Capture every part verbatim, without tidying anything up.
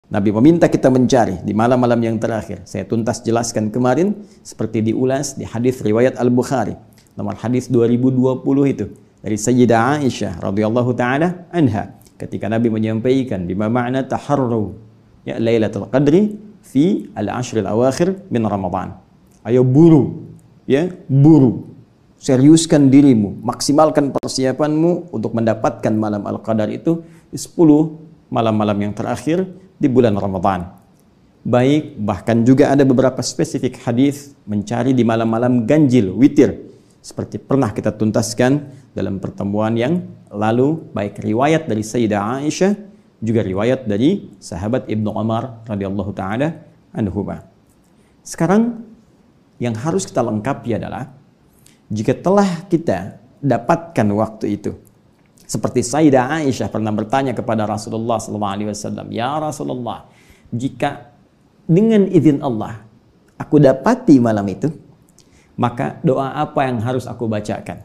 Nabi meminta kita mencari di malam-malam yang terakhir. Saya tuntas jelaskan kemarin seperti diulas di hadis riwayat Al-Bukhari nomor hadis dua ribu dua puluh itu dari Sayyidah Aisyah radhiyallahu taala anha ketika Nabi menyampaikan bima ma'na taharru ya Lailatul Qadri fi al-ashr al-awakhir min Ramadan. Ayo buru ya, buru. Seriuskan dirimu, maksimalkan persiapanmu untuk mendapatkan malam Al-Qadar itu di sepuluh malam-malam yang terakhir di bulan Ramadan. Baik, bahkan juga ada beberapa spesifik hadis mencari di malam-malam ganjil, witir. Seperti pernah kita tuntaskan dalam pertemuan yang lalu, baik riwayat dari Sayyidah Aisyah, juga riwayat dari sahabat Ibnu Umar radhiyallahu taala anhuma. Sekarang yang harus kita lengkapi adalah jika telah kita dapatkan waktu itu, seperti Sayyidah Aisyah pernah bertanya kepada Rasulullah sallallahu alaihi wasallam, "Ya Rasulullah, jika dengan izin Allah aku dapati malam itu, maka doa apa yang harus aku bacakan?"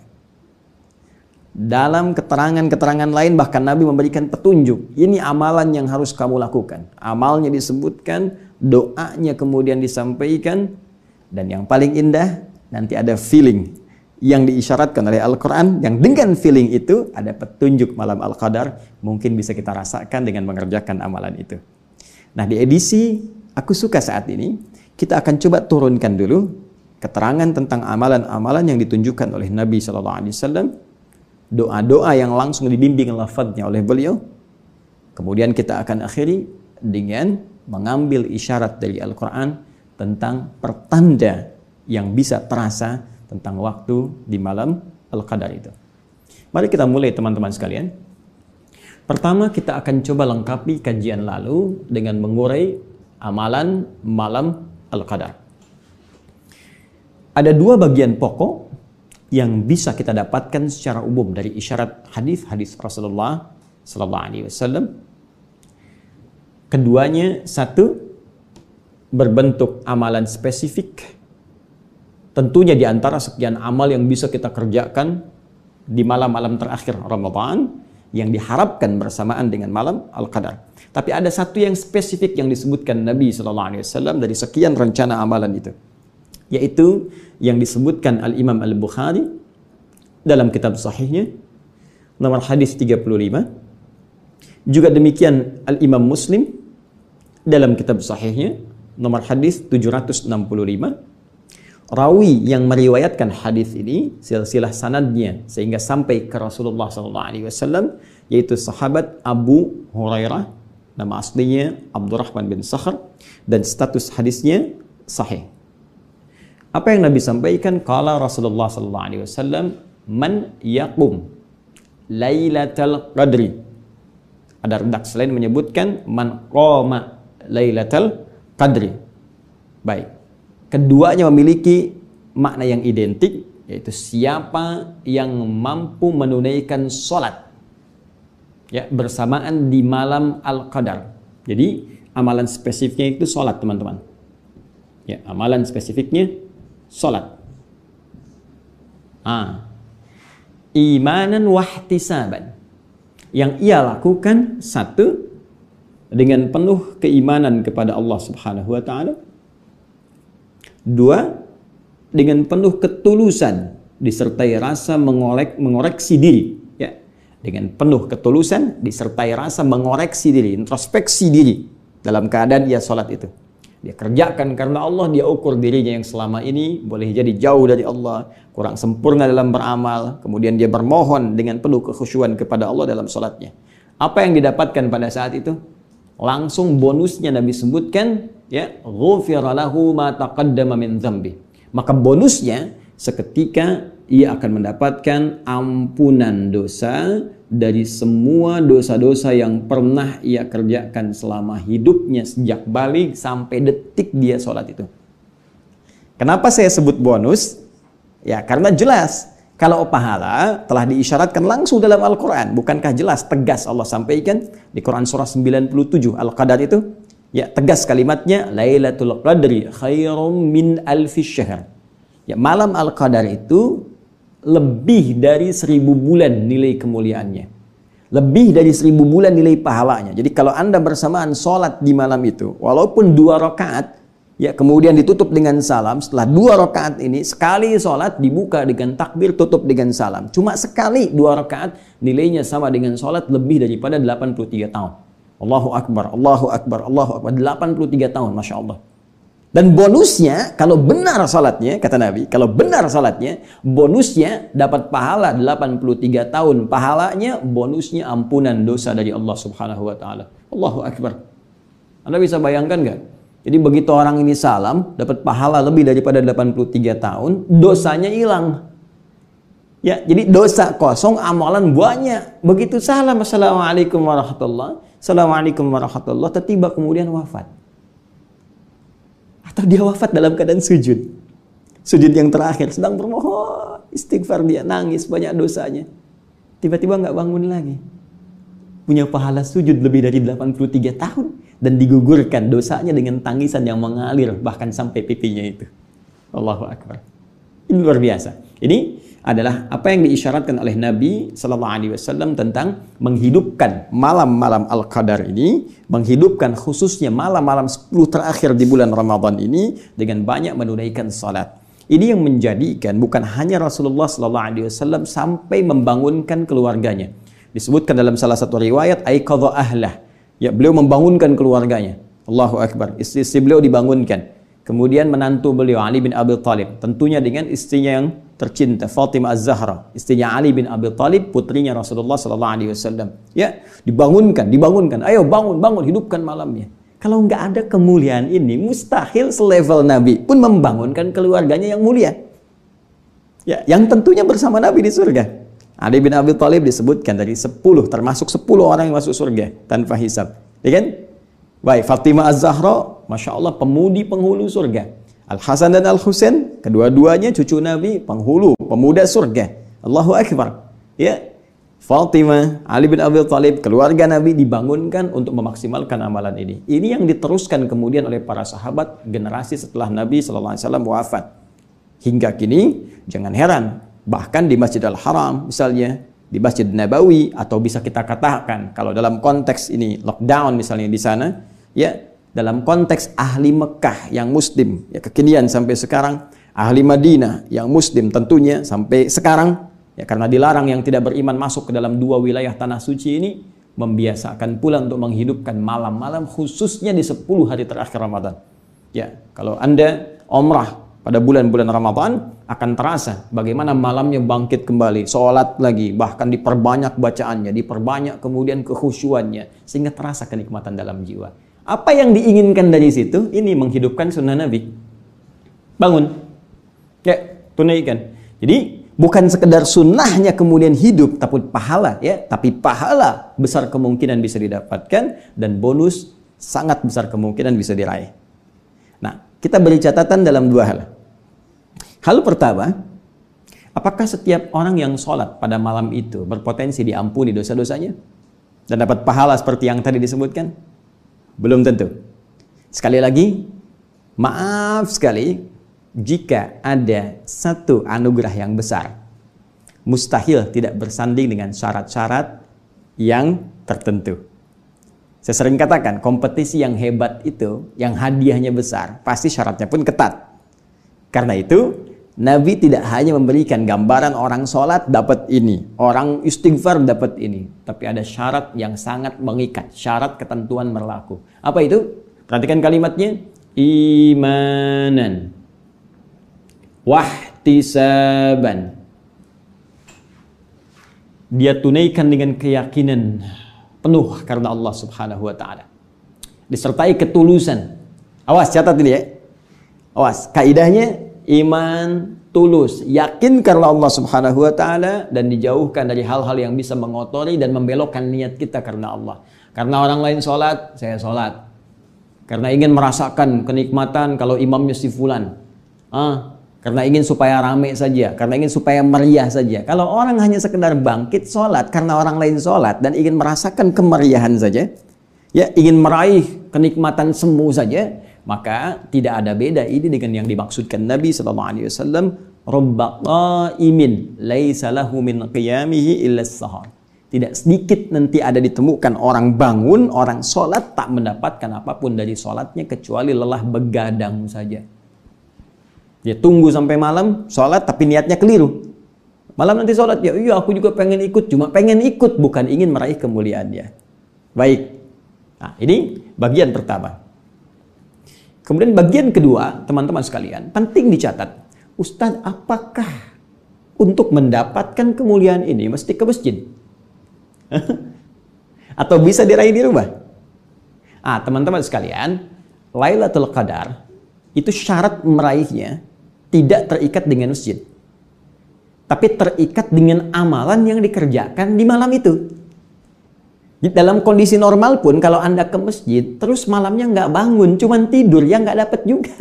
Dalam keterangan-keterangan lain bahkan Nabi memberikan petunjuk, ini amalan yang harus kamu lakukan. Amalnya disebutkan, doanya kemudian disampaikan, dan yang paling indah nanti ada feeling yang diisyaratkan oleh Al-Quran, yang dengan feeling itu ada petunjuk malam Al-Qadar, mungkin bisa kita rasakan dengan mengerjakan amalan itu. Nah, di edisi Aku Suka saat ini, kita akan coba turunkan dulu keterangan tentang amalan-amalan yang ditunjukkan oleh Nabi shallallahu alaihi wasallam, doa-doa yang langsung dibimbing lafadznya oleh beliau. Kemudian kita akan akhiri dengan mengambil isyarat dari Al-Quran tentang pertanda yang bisa terasa tentang waktu di malam Al-Qadar itu. Mari kita mulai teman-teman sekalian. Pertama kita akan coba lengkapi kajian lalu dengan mengurai amalan malam Al-Qadar. Ada dua bagian pokok yang bisa kita dapatkan secara umum dari isyarat hadis-hadis Rasulullah sallallahu alaihi wasallam. Keduanya, satu, berbentuk amalan spesifik. Tentunya di antara sekian amal yang bisa kita kerjakan di malam-malam terakhir Ramadan yang diharapkan bersamaan dengan malam Al-Qadar. Tapi ada satu yang spesifik yang disebutkan Nabi shallallahu alaihi wasallam dari sekian rencana amalan itu, yaitu yang disebutkan Al-Imam Al-Bukhari dalam kitab sahihnya nomor hadis tiga puluh lima. Juga demikian Al-Imam Muslim dalam kitab sahihnya nomor hadis tujuh ratus enam puluh lima. Rawi yang meriwayatkan hadis ini silsilah sanadnya sehingga sampai ke Rasulullah sallallahu alaihi wasallam yaitu sahabat Abu Hurairah, nama aslinya Abdurrahman bin Sakhr, dan status hadisnya sahih. Apa yang Nabi sampaikan? Qala Rasulullah sallallahu alaihi wasallam, "Man yaqum Lailatul Qadri." Ada redaksi lain menyebutkan man qama Lailatul Qadri. Baik. Keduanya memiliki makna yang identik, yaitu siapa yang mampu menunaikan sholat ya bersamaan di malam Al-Qadar. Jadi amalan spesifiknya itu sholat, teman-teman. Ya, amalan spesifiknya sholat. Ah, imanan wahtisaban. Yang ia lakukan, satu, dengan penuh keimanan kepada Allah Subhanahu wa taala. Dua, dengan penuh ketulusan disertai rasa mengorek, mengoreksi diri, ya. Dengan penuh ketulusan disertai rasa mengoreksi diri, introspeksi diri dalam keadaan ia sholat itu. Dia kerjakan karena Allah, dia ukur dirinya yang selama ini boleh jadi jauh dari Allah, kurang sempurna dalam beramal, kemudian dia bermohon dengan penuh kekhusyuan kepada Allah dalam sholatnya. Apa yang didapatkan pada saat itu? Langsung bonusnya Nabi sebutkan, ya, ghufira lahu ma taqaddama min dzambi. Maka bonusnya seketika ia akan mendapatkan ampunan dosa dari semua dosa-dosa yang pernah ia kerjakan selama hidupnya sejak balik sampai detik dia sholat itu. Kenapa saya sebut bonus? Ya, karena jelas kalau pahala telah diisyaratkan langsung dalam Al-Quran. Bukankah jelas, tegas Allah sampaikan di Quran surah sembilan puluh tujuh Al-Qadar itu? Ya, tegas kalimatnya, Lailatul Qadri khairum min alfi syahr. Ya, malam Al-Qadar itu lebih dari seribu bulan nilai kemuliaannya. Lebih dari seribu bulan nilai pahalanya. Jadi kalau Anda bersamaan sholat di malam itu, walaupun dua rakaat, ya kemudian ditutup dengan salam, setelah dua rakaat ini, sekali sholat dibuka dengan takbir, tutup dengan salam. Cuma sekali dua rakaat, nilainya sama dengan sholat lebih daripada delapan puluh tiga tahun. Allahu Akbar, Allahu Akbar, Allahu Akbar, delapan puluh tiga tahun, Masya Allah. Dan bonusnya, kalau benar salatnya, kata Nabi, kalau benar salatnya, bonusnya dapat pahala delapan puluh tiga tahun. Pahalanya, bonusnya ampunan dosa dari Allah Subhanahu wa Ta'ala. Allahu Akbar. Anda bisa bayangkan nggak? Jadi begitu orang ini salam, dapat pahala lebih daripada delapan puluh tiga tahun, dosanya hilang. Ya, jadi dosa kosong, amalan banyak. Begitu salam, Assalamualaikum warahmatullahi wabarakatuh, Assalamualaikum warahmatullahi wabarakatuh, tiba kemudian wafat. Atau dia wafat dalam keadaan sujud. Sujud yang terakhir, sedang bermohon, istighfar, dia nangis, banyak dosanya. Tiba-tiba nggak bangun lagi. Punya pahala sujud lebih dari delapan puluh tiga tahun. Dan digugurkan dosanya dengan tangisan yang mengalir, bahkan sampai pipinya itu. Allahu Akbar. Ini luar biasa. Ini adalah apa yang diisyaratkan oleh Nabi Sallallahu Alaihi Wasallam tentang menghidupkan malam-malam Al-Qadar ini, menghidupkan khususnya malam-malam sepuluh terakhir di bulan Ramadan ini dengan banyak menunaikan salat. Ini yang menjadikan bukan hanya Rasulullah Sallallahu Alaihi Wasallam sampai membangunkan keluarganya. Disebutkan dalam salah satu riwayat, aiqadha ahlah. Ya, beliau membangunkan keluarganya. Allahu Akbar. Istri-istri beliau dibangunkan. Kemudian menantu beliau Ali bin Abi Thalib, tentunya dengan istrinya yang tercinta Fatimah Az-Zahra, istrinya Ali bin Abi Thalib, putrinya Rasulullah sallallahu alaihi wasallam. Ya, dibangunkan, dibangunkan. Ayo bangun, bangun, hidupkan malamnya. Kalau nggak ada kemuliaan ini, mustahil selevel Nabi pun membangunkan keluarganya yang mulia. Ya, yang tentunya bersama Nabi di surga. Ali bin Abi Thalib disebutkan dari sepuluh, termasuk sepuluh orang yang masuk surga tanpa hisab. Ya kan? Baik, Fatimah Az-Zahra, Masya Allah, pemudi penghulu surga. Al-Hasan dan Al-Husain, kedua-duanya cucu Nabi, penghulu, pemuda surga. Allahu Akbar. Ya, Fatimah, Ali bin Abi Thalib, keluarga Nabi dibangunkan untuk memaksimalkan amalan ini. Ini yang diteruskan kemudian oleh para sahabat generasi setelah Nabi Sallallahu Alaihi Wasallam wafat. Hingga kini, jangan heran, bahkan di Masjid Al-Haram misalnya, di Masjid Nabawi, atau bisa kita katakan kalau dalam konteks ini lockdown misalnya di sana, ya, dalam konteks ahli Mekah yang muslim, ya kekinian sampai sekarang, ahli Madinah yang muslim tentunya sampai sekarang, ya karena dilarang yang tidak beriman masuk ke dalam dua wilayah tanah suci ini, membiasakan pula untuk menghidupkan malam-malam khususnya di sepuluh hari terakhir Ramadan. Ya, kalau Anda umrah pada bulan-bulan Ramadan akan terasa bagaimana malamnya bangkit kembali, sholat lagi, bahkan diperbanyak bacaannya, diperbanyak kemudian kekhusyuannya, sehingga terasa kenikmatan dalam jiwa. Apa yang diinginkan dari situ? Ini menghidupkan sunnah Nabi. Bangun, ya, tunaikan. Jadi bukan sekedar sunnahnya kemudian hidup, tapi pahala, ya, tapi pahala besar kemungkinan bisa didapatkan dan bonus sangat besar kemungkinan bisa diraih. Nah, kita beri catatan dalam dua hal. Hal pertama, apakah setiap orang yang sholat pada malam itu berpotensi diampuni dosa-dosanya dan dapat pahala seperti yang tadi disebutkan? Belum tentu. Sekali lagi, maaf sekali, jika ada satu anugerah yang besar, mustahil tidak bersanding dengan syarat-syarat yang tertentu. Saya sering katakan, kompetisi yang hebat itu, yang hadiahnya besar, pasti syaratnya pun ketat. Karena itu, Nabi tidak hanya memberikan gambaran orang sholat dapat ini, orang istighfar dapat ini, tapi ada syarat yang sangat mengikat, syarat ketentuan berlaku. Apa itu? Perhatikan kalimatnya, imanan, wahtisaban. Dia tunaikan dengan keyakinan penuh karena Allah Subhanahu wa Ta'ala, disertai ketulusan. Awas, catat ini ya. Awas, kaidahnya iman tulus, yakin karena Allah Subhanahu wa Ta'ala, dan dijauhkan dari hal-hal yang bisa mengotori dan membelokkan niat kita karena Allah. Karena orang lain sholat, saya sholat. Karena ingin merasakan kenikmatan kalau imamnya si fulan. Ah, karena ingin supaya rame saja, karena ingin supaya meriah saja. Kalau orang hanya sekedar bangkit sholat karena orang lain sholat dan ingin merasakan kemeriahan saja, ya, ingin meraih kenikmatan semu saja, maka tidak ada beda ini dengan yang dimaksudkan Nabi Sallallahu Alaihi Wasallam, Rubba qa'imin laisa lahu min qiyamihi illa as-sahar. Tidak sedikit nanti ada ditemukan orang bangun, orang sholat tak mendapatkan apapun dari sholatnya kecuali lelah begadang saja. Dia tunggu sampai malam, sholat tapi niatnya keliru. Malam nanti sholat, ya iya aku juga pengen ikut, cuma pengen ikut, bukan ingin meraih kemuliaannya. Baik, nah ini bagian pertama. Kemudian bagian kedua, teman-teman sekalian, penting dicatat. Ustadz, apakah untuk mendapatkan kemuliaan ini mesti ke masjid? Atau bisa diraih di rumah? Ah, teman-teman sekalian, Lailatul Qadar itu syarat meraihnya tidak terikat dengan masjid, tapi terikat dengan amalan yang dikerjakan di malam itu. Dalam kondisi normal pun kalau Anda ke masjid terus malamnya nggak bangun, cuman tidur, ya nggak dapat juga.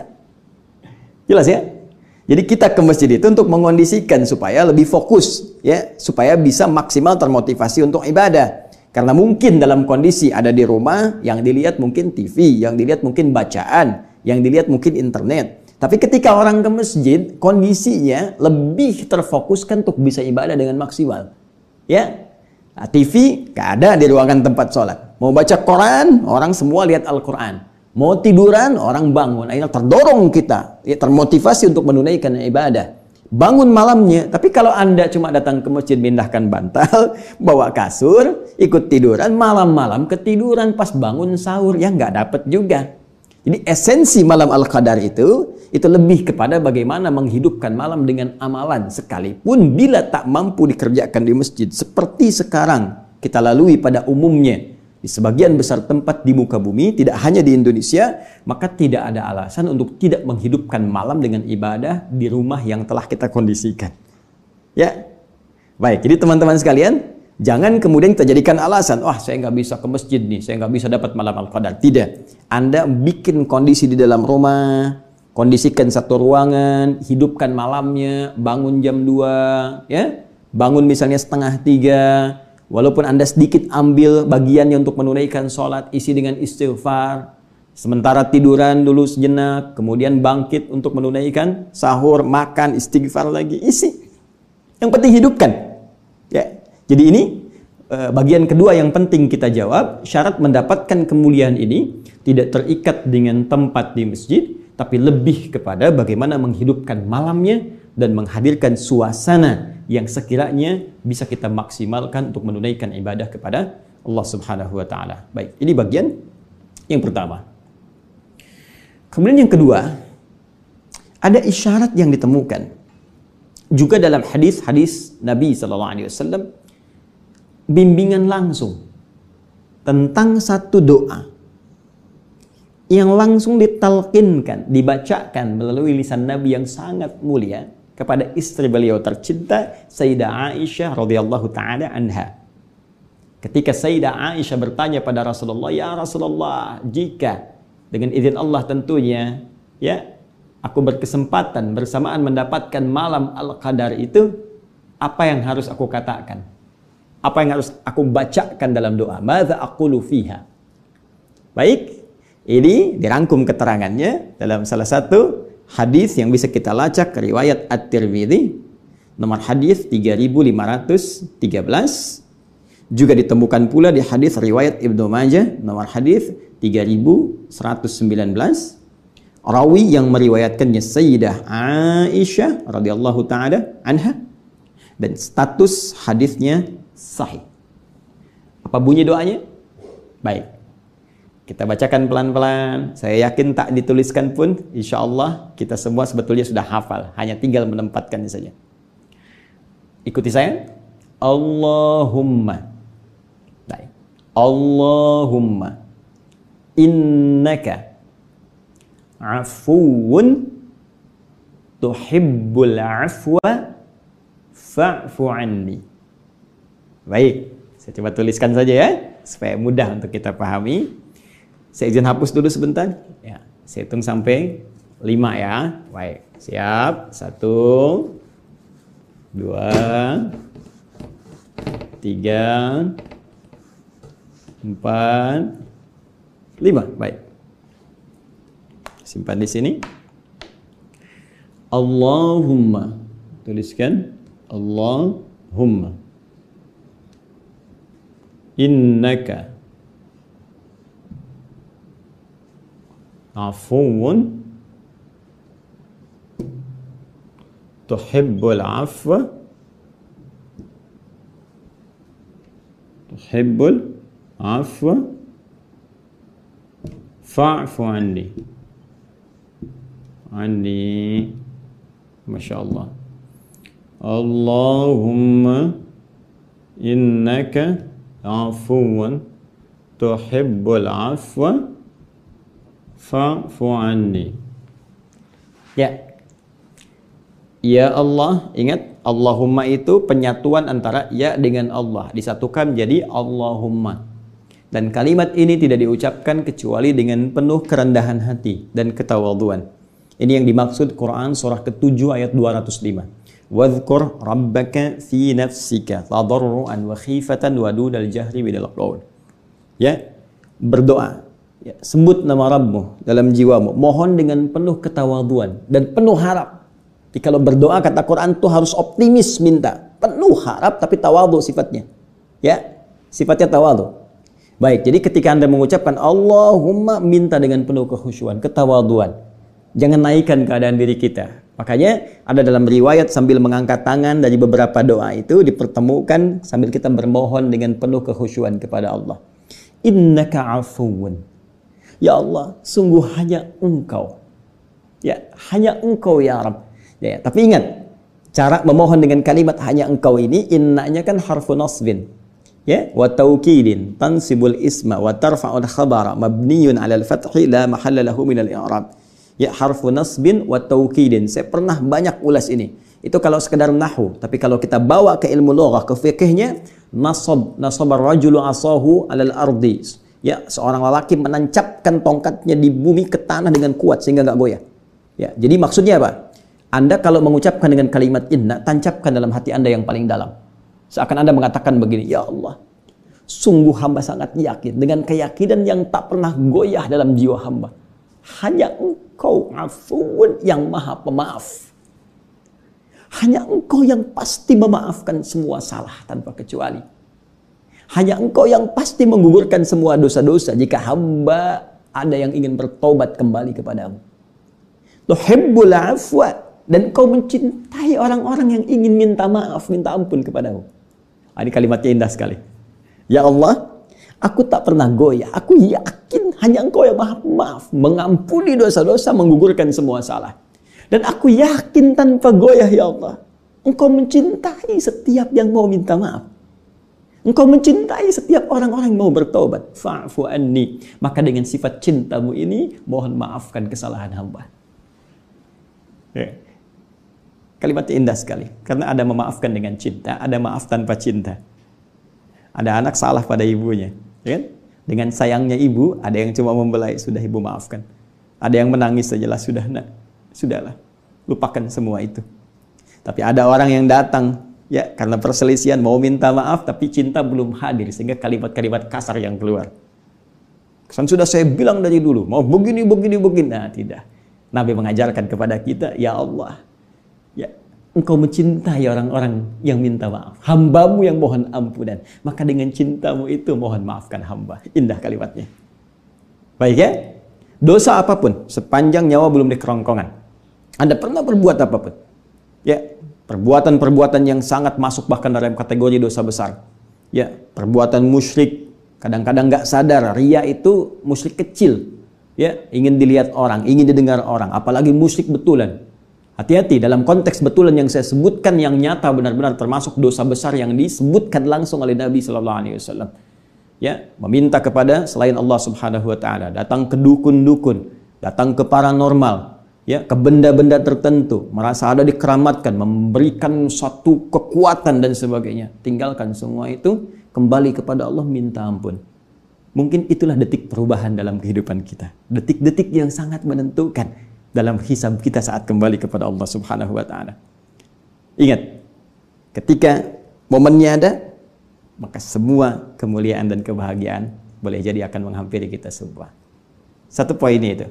Jelas ya? Jadi kita ke masjid itu untuk mengondisikan supaya lebih fokus, ya, supaya bisa maksimal termotivasi untuk ibadah. Karena mungkin dalam kondisi ada di rumah, yang dilihat mungkin T V, yang dilihat mungkin bacaan, yang dilihat mungkin internet. Tapi ketika orang ke masjid, kondisinya lebih terfokuskan untuk bisa ibadah dengan maksimal. Ya, nah, T V gak ada di ruangan tempat sholat. Mau baca Quran, orang semua lihat Al-Quran. Mau tiduran, orang bangun. Akhirnya terdorong kita, ya, termotivasi untuk menunaikan ibadah. Bangun malamnya. Tapi kalau Anda cuma datang ke masjid, pindahkan bantal, bawa kasur, ikut tiduran, malam-malam ketiduran, pas bangun sahur, ya nggak dapat juga. Jadi esensi malam Al-Qadar itu, itu lebih kepada bagaimana menghidupkan malam dengan amalan. Sekalipun bila tak mampu dikerjakan di masjid, seperti sekarang kita lalui pada umumnya. Di sebagian besar tempat di muka bumi, tidak hanya di Indonesia, maka tidak ada alasan untuk tidak menghidupkan malam dengan ibadah di rumah yang telah kita kondisikan. Ya, baik. Jadi teman-teman sekalian, jangan kemudian kita jadikan alasan, wah saya nggak bisa ke masjid nih, saya nggak bisa dapat malam Al-Qadar. Tidak. Anda bikin kondisi di dalam rumah, kondisikan satu ruangan, hidupkan malamnya, bangun jam dua, ya, bangun misalnya setengah tiga. Walaupun Anda sedikit ambil bagiannya untuk menunaikan sholat, isi dengan istighfar. Sementara tiduran dulu sejenak, kemudian bangkit untuk menunaikan sahur, makan, istighfar lagi, isi. Yang penting hidupkan. Ya. Jadi ini bagian kedua yang penting kita jawab. Syarat mendapatkan kemuliaan ini tidak terikat dengan tempat di masjid, tapi lebih kepada bagaimana menghidupkan malamnya dan menghadirkan suasana yang sekiranya bisa kita maksimalkan untuk menunaikan ibadah kepada Allah Subhanahu wa taala. Baik, ini bagian yang pertama. Kemudian yang kedua, ada isyarat yang ditemukan juga dalam hadis-hadis Nabi sallallahu alaihi wasallam, bimbingan langsung tentang satu doa yang langsung ditalqinkan, dibacakan melalui lisan Nabi yang sangat mulia kepada istri beliau tercinta Sayyidah Aisyah radhiyallahu taala anha. Ketika Sayyidah Aisyah bertanya pada Rasulullah, "Ya Rasulullah, jika dengan izin Allah tentunya, ya, aku berkesempatan bersamaan mendapatkan malam Al-Qadar itu, apa yang harus aku katakan? Apa yang harus aku bacakan dalam doa? Madza aqulu fiha?" Baik, ini dirangkum keterangannya dalam salah satu hadis yang bisa kita lacak, riwayat At-Tirmidzi, nomor hadis tiga ribu lima ratus tiga belas. Juga ditemukan pula di hadis riwayat Ibnu Majah, nomor hadis tiga ribu seratus sembilan belas. Rawi yang meriwayatkannya Sayyidah Aisyah radhiyallahu taala anha, dan status hadisnya sahih. Apa bunyi doanya? Baik, kita bacakan pelan-pelan. Saya yakin tak dituliskan pun, insya Allah kita semua sebetulnya sudah hafal. Hanya tinggal menempatkannya saja. Ikuti saya. Allahumma. Baik. Allahumma innaka afuwun tuhibbul afwa fa'fu anni. Baik, saya coba tuliskan saja ya, supaya mudah untuk kita pahami. Saya izin hapus dulu sebentar. Ya, saya hitung sampai lima ya. Baik, siap. Satu, dua, tiga, empat, lima. Baik. Simpan di sini. Allahumma. Tuliskan. Allahumma. innaka afuwun tuhibbul afwa tuhibbul afwa fa'fu anni anni Masya Allah. Allahumma innaka afuwan tuhibbul afwa fa'fu anni. Ya. Ya Allah, ingat Allahumma itu penyatuan antara ya dengan Allah, disatukan jadi Allahumma. Dan kalimat ini tidak diucapkan kecuali dengan penuh kerendahan hati dan ketawadhuan. Ini yang dimaksud Quran surah ketujuh ayat dua ratus lima. Wadhkur rabbaka fi nafsika tadarruan wa khifatan wa dunal jahri minal qaul. Ya, berdoa. Ya, sebut nama Rabbmu dalam jiwamu. Mohon dengan penuh ketawadhuan dan penuh harap. Jadi kalau berdoa kata Quran itu harus optimis minta. Penuh harap tapi tawadhu sifatnya. Ya, sifatnya tawadhu. Baik, jadi ketika Anda mengucapkan Allahumma, minta dengan penuh kekhusyuan, ketawadhuan. Jangan naikkan keadaan diri kita. Makanya ada dalam riwayat sambil mengangkat tangan dari beberapa doa itu dipertemukan sambil kita bermohon dengan penuh kekhusyuan kepada Allah. Innaka afuwun. Ya Allah, sungguh hanya Engkau. Ya, hanya Engkau ya Rabb. Ya, tapi ingat, cara memohon dengan kalimat hanya Engkau ini, innanya kan harfu nasbin. Ya, wa taukidin tansibul isma wa tarfa'ul khabara mabniyun 'alal fathi la mahalla lahu minal i'rab. Ya, harfu nasbin wa taukidin. Saya pernah banyak ulas ini. Itu kalau sekedar nahwu, tapi kalau kita bawa ke ilmu lughah, ke fikihnya, nasab, nasabar rajulu asahu 'alal ardi. Ya, seorang lelaki menancapkan tongkatnya di bumi ke tanah dengan kuat sehingga enggak goyah. Ya, jadi maksudnya apa? Anda kalau mengucapkan dengan kalimat inna, tancapkan dalam hati Anda yang paling dalam. Seakan Anda mengatakan begini, ya Allah, sungguh hamba sangat yakin dengan keyakinan yang tak pernah goyah dalam jiwa hamba. Hanya Engkau afuun yang maha pemaaf. Hanya Engkau yang pasti memaafkan semua salah tanpa kecuali. Hanya Engkau yang pasti menggugurkan semua dosa-dosa jika hamba ada yang ingin bertobat kembali kepadamu. Tuhibbul afwa, dan Engkau mencintai orang-orang yang ingin minta maaf, minta ampun kepadamu. Ini kalimatnya indah sekali. Ya Allah, aku tak pernah goyah. Aku yakin hanya Engkau yang maha maaf, mengampuni dosa-dosa, menggugurkan semua salah. Dan aku yakin tanpa goyah ya Allah, Engkau mencintai setiap yang mau minta maaf. Engkau mencintai setiap orang-orang yang mau bertobat. Fa'fu anni. Maka dengan sifat cintamu ini, mohon maafkan kesalahan hamba. Ya. Kalimatnya indah sekali. Karena ada memaafkan dengan cinta, ada maaf tanpa cinta. Ada anak salah pada ibunya. Ya kan? Dengan sayangnya ibu, ada yang cuma membelai, sudah ibu maafkan. Ada yang menangis sajalah, sudah nak, sudahlah, lupakan semua itu. Tapi ada orang yang datang, ya karena perselisihan mau minta maaf, tapi cinta belum hadir, sehingga kalimat-kalimat kasar yang keluar. Kan sudah saya bilang dari dulu, mau begini, begini, begini. Nah, tidak. Nabi mengajarkan kepada kita, ya Allah, ya Engkau mencintai orang-orang yang minta maaf, hambamu yang mohon ampunan, maka dengan cintamu itu mohon maafkan hamba. Indah kalimatnya. Baik ya, dosa apapun sepanjang nyawa belum di kerongkongan, Anda pernah berbuat apapun, ya perbuatan-perbuatan yang sangat masuk bahkan dalam kategori dosa besar, ya perbuatan musyrik, kadang-kadang nggak sadar, ria itu musyrik kecil, ya ingin dilihat orang, ingin didengar orang, apalagi musyrik betulan. Hati-hati dalam konteks betulan yang saya sebutkan yang nyata benar-benar termasuk dosa besar yang disebutkan langsung oleh Nabi Shallallahu Alaihi Wasallam. Ya, meminta kepada selain Allah Subhanahu Wa Taala, datang ke dukun-dukun, datang ke paranormal, ya ke benda-benda tertentu, merasa ada dikeramatkan, memberikan suatu kekuatan dan sebagainya. Tinggalkan semua itu, kembali kepada Allah, minta ampun. Mungkin itulah detik perubahan dalam kehidupan kita, detik-detik yang sangat menentukan dalam hisab kita saat kembali kepada Allah Subhanahu wa Ta'ala. Ingat, ketika momennya ada, maka semua kemuliaan dan kebahagiaan boleh jadi akan menghampiri kita semua. Satu poin itu.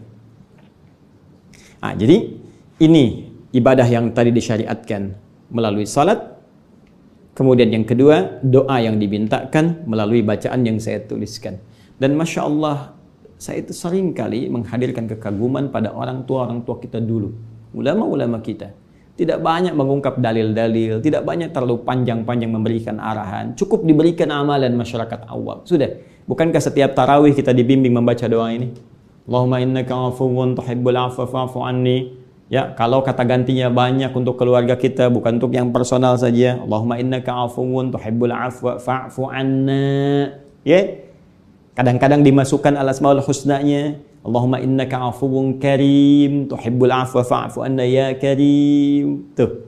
Nah, jadi ini ibadah yang tadi disyariatkan melalui salat, Kemudian yang kedua, doa yang dimintakan melalui bacaan yang saya tuliskan. Dan Masya Allah, saya itu sering kali menghadirkan kekaguman pada orang tua-orang tua kita dulu. Ulama-ulama kita. Tidak banyak mengungkap dalil-dalil, tidak banyak terlalu panjang-panjang memberikan arahan. Cukup diberikan amalan masyarakat awam. Sudah. Bukankah setiap tarawih kita dibimbing membaca doa ini? Allahumma innaka afuwun tuhibbul afwa fa'fu anni. Ya, kalau kata gantinya banyak untuk keluarga kita, bukan untuk yang personal saja. Allahumma innaka afuwun tuhibbul afwa fa'fu anna. Ya. Kadang-kadang dimasukkan al-asmaul husnanya. Allahumma innaka afuwun karim tuhibbul afwa fa'fu anna ya karim. Tuh.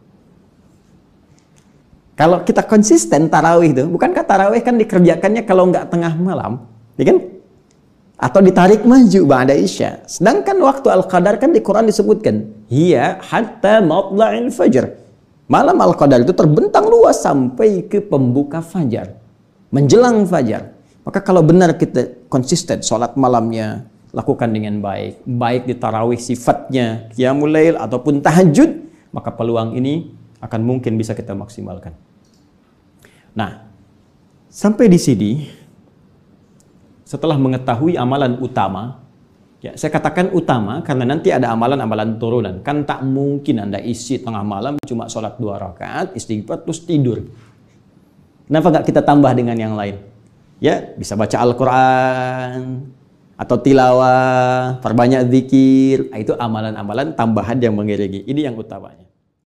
Kalau kita konsisten tarawih tuh, bukankah tarawih kan dikerjakannya kalau nggak tengah malam, ya kan? Atau ditarik maju ba'da isya. Sedangkan waktu al-qadar kan di Quran disebutkan, hiya hatta matla'il fajr. Malam al-qadar itu terbentang luas sampai ke pembuka fajar, menjelang fajar. Maka kalau benar kita konsisten sholat malamnya, lakukan dengan baik, baik di tarawih sifatnya qiyamul lail ataupun tahajud, maka peluang ini akan mungkin bisa kita maksimalkan. Nah, sampai di sini setelah mengetahui amalan utama, ya saya katakan utama karena nanti ada amalan-amalan turunan. Kan tak mungkin Anda isi tengah malam cuma sholat dua rakaat, istighfar terus tidur. Kenapa nggak kita tambah dengan yang lain? Ya, bisa baca Al-Quran atau tilawah, perbanyak zikir. Itu amalan-amalan tambahan yang mengiringi. Ini yang utamanya.